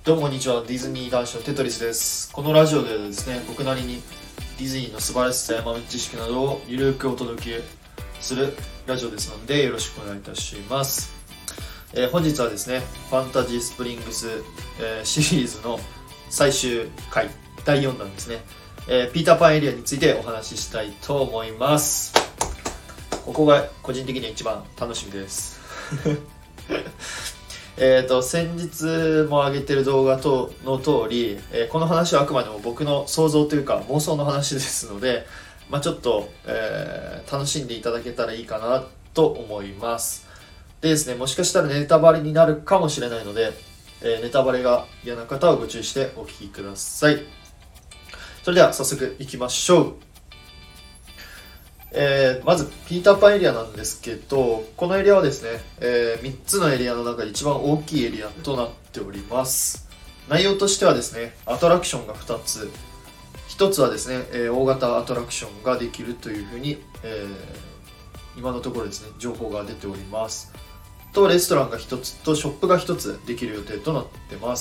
どうもこんにちは、ディズニー男子のテトリスです。このラジオではですね、僕なりにディズニーの素晴らしさや豆知識などをゆるくお届けするラジオですのでよろしくお願いいたします。本日はですね、ファンタジースプリングス、シリーズの最終回第4弾ですね、ピーターパンエリアについてお話ししたいと思います。ここが個人的には一番楽しみです。先日も上げてる動画の通り、この話はあくまでも僕の想像というか妄想の話ですので、ちょっと、楽しんでいただけたらいいかなと思います。でですね、もしかしたらネタバレになるかもしれないので、ネタバレが嫌な方はご注意してお聞きください。それでは早速いきましょう。まずピーターパンエリアなんですけど、このエリアはですね、3つのエリアの中で一番大きいエリアとなっております。内容としてはですね、アトラクションが2つ、1つはですね、大型アトラクションができるというふうに、今のところですね情報が出ております。とレストランが1つとショップが1つできる予定となってます。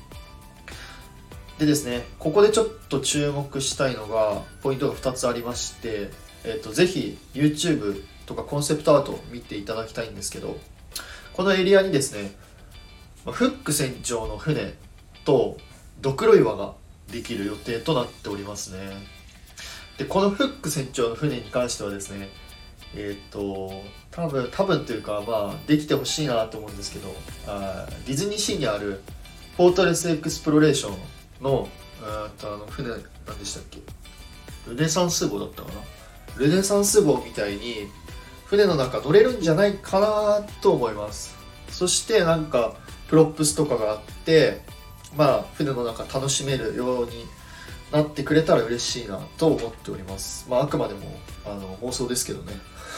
でですね、ここでちょっと注目したいのがポイントが2つありまして、ぜひ YouTube とかコンセプトアートを見ていただきたいんですけど、このエリアにですね、フック船長の船とドクロ岩ができる予定となっておりますね。でこのフック船長の船に関してはですね、多分というかできてほしいなと思うんですけど、ディズニーシーにあるフォートレスエクスプロレーションの船なんでしたっけ、ルネサンス号だったかな、ルネサンス号みたいに船の中乗れるんじゃないかなと思います。そしてなんかプロップスとかがあって船の中楽しめるようになってくれたら嬉しいなと思っております。あくまでも妄想ですけどね。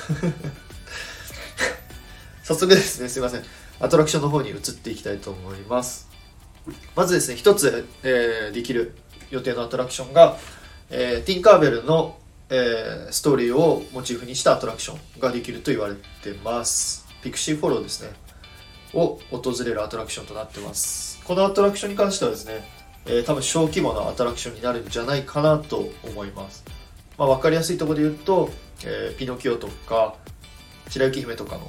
早速ですね、すいません、アトラクションの方に移っていきたいと思います。まずですね、一つ、できる予定のアトラクションが、ティンカーベルの、ストーリーをモチーフにしたアトラクションができると言われてます。ピクシーフォローですねを訪れるアトラクションとなってます。このアトラクションに関してはですね、多分小規模なアトラクションになるんじゃないかなと思います。分かりやすいところで言うと、ピノキオとか白雪姫とかの、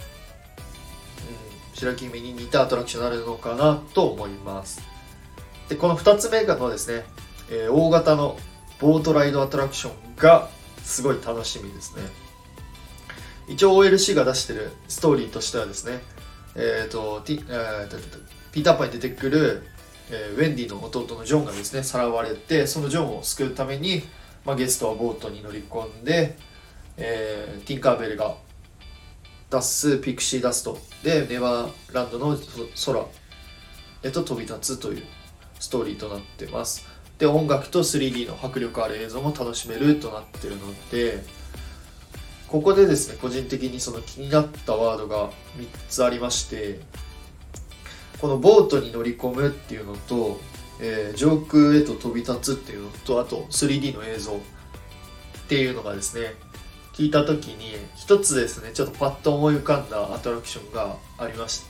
白雪姫に似たアトラクションになるのかなと思います。でこの2つ目のですね、大型のボートライドアトラクションがすごい楽しみですね。一応 OLC が出してるストーリーとしてはですね、ピーターパンに出てくる、ウェンディの弟のジョンがですねさらわれて、そのジョンを救うために、ゲストはボートに乗り込んで、ティンカーベルが出すピクシーダストでネバーランドの空へと飛び立つというストーリーとなってます。で音楽と 3D の迫力ある映像も楽しめるとなっているので、ここでですね個人的にその気になったワードが3つありまして、このボートに乗り込むっていうのと、上空へと飛び立つっていうのと、あと 3D の映像っていうのがですね聞いた時に一つですねちょっとパッと思い浮かんだアトラクションがありまして、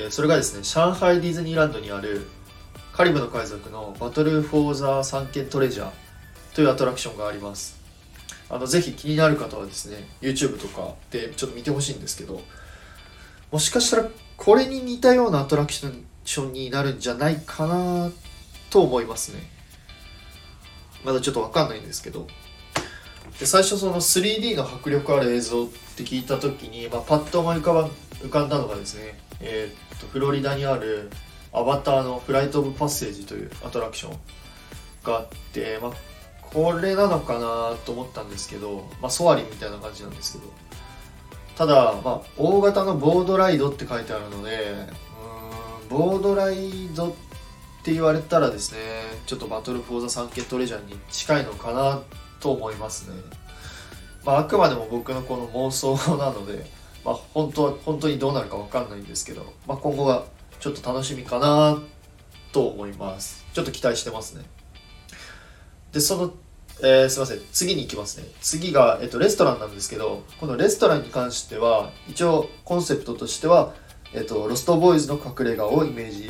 それがですね上海ディズニーランドにあるカリブの海賊のバトルフォーザサンケントレジャーというアトラクションがあります。ぜひ気になる方はですね YouTube とかでちょっと見てほしいんですけど、もしかしたらこれに似たようなアトラクションになるんじゃないかなと思いますね。まだちょっと分かんないんですけど、で最初その 3D の迫力ある映像って聞いた時に、パッと思い浮かんだのがですね、フロリダにあるアバターのフライト・オブ・パッセージというアトラクションがあって、これなのかなと思ったんですけど、ソアリンみたいな感じなんですけど、ただ、大型のボードライドって書いてあるので、ボードライドって言われたらですねちょっとバトル・フォーザ・サンケントレジャーに近いのかなと思いますね。あくまでも僕のこの妄想なので、本当にどうなるか分かんないんですけど、今後がちょっと楽しみかなと思います。ちょっと期待してますね。ですいません、次に行きますね。次が、レストランなんですけど、このレストランに関しては一応コンセプトとしては、ロストボーイズの隠れ家をイメージ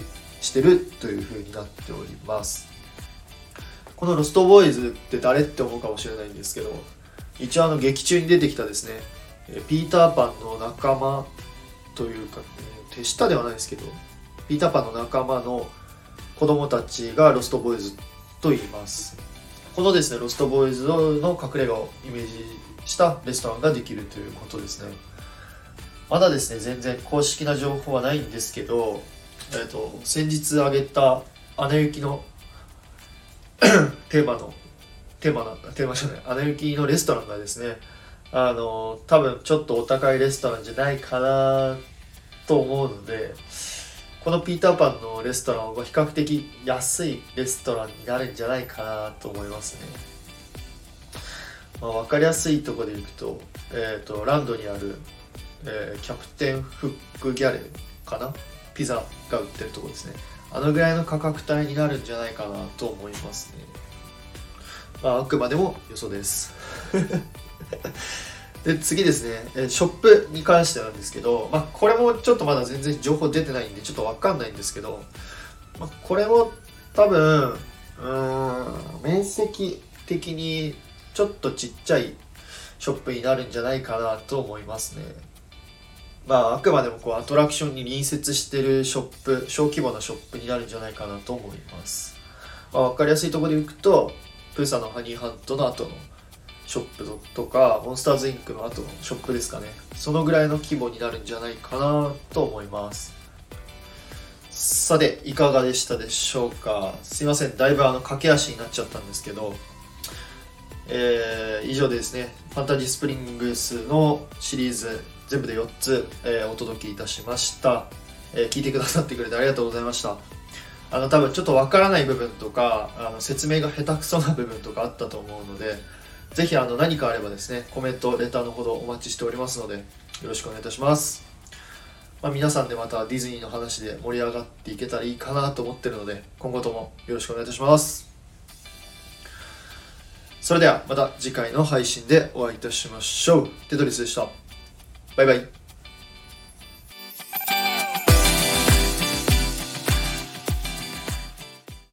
してるという風になっております。このロストボーイズって誰って思うかもしれないんですけど、一応劇中に出てきたですね、ピーターパンの仲間というか、手下ではないですけど、ピーターパンの仲間の子供たちがロストボーイズと言います。このですね、ロストボーイズの隠れ家をイメージしたレストランができるということですね。まだですね、全然公式な情報はないんですけど、先日挙げたアナ雪のテーマじゃない、アナ雪のレストランがですね、多分ちょっとお高いレストランじゃないかなと思うので、このピーターパンのレストランは比較的安いレストランになるんじゃないかなと思いますね。分かりやすいところでいくと、ランドにある、キャプテンフックギャレーかな、ピザが売ってるところですね。あのぐらいの価格帯になるんじゃないかなと思いますね。あくまでも予想ですで、次ですね、ショップに関してなんですけど、これもちょっとまだ全然情報出てないんでちょっとわかんないんですけど、これも多分面積的にちょっとちっちゃいショップになるんじゃないかなと思いますね。あくまでもアトラクションに隣接してるショップ、小規模なショップになるんじゃないかなと思います。分かりやすいところでいくと、プーサのハニーハントの後のショップとか、モンスターズインクの後のショップですかね。そのぐらいの規模になるんじゃないかなと思います。さて、いかがでしたでしょうか。すいません、だいぶ駆け足になっちゃったんですけど、以上でですね、ファンタジースプリングスのシリーズ全部で4つ、お届けいたしました。聞いてくださってくれてありがとうございました。多分ちょっとわからない部分とか説明が下手くそな部分とかあったと思うので、ぜひ何かあればですね、コメント、レターのほどお待ちしておりますので、よろしくお願いいたします。皆さんでまたディズニーの話で盛り上がっていけたらいいかなと思ってるので、今後ともよろしくお願いいたします。それではまた次回の配信でお会いいたしましょう。テトリスでした。バイバイ。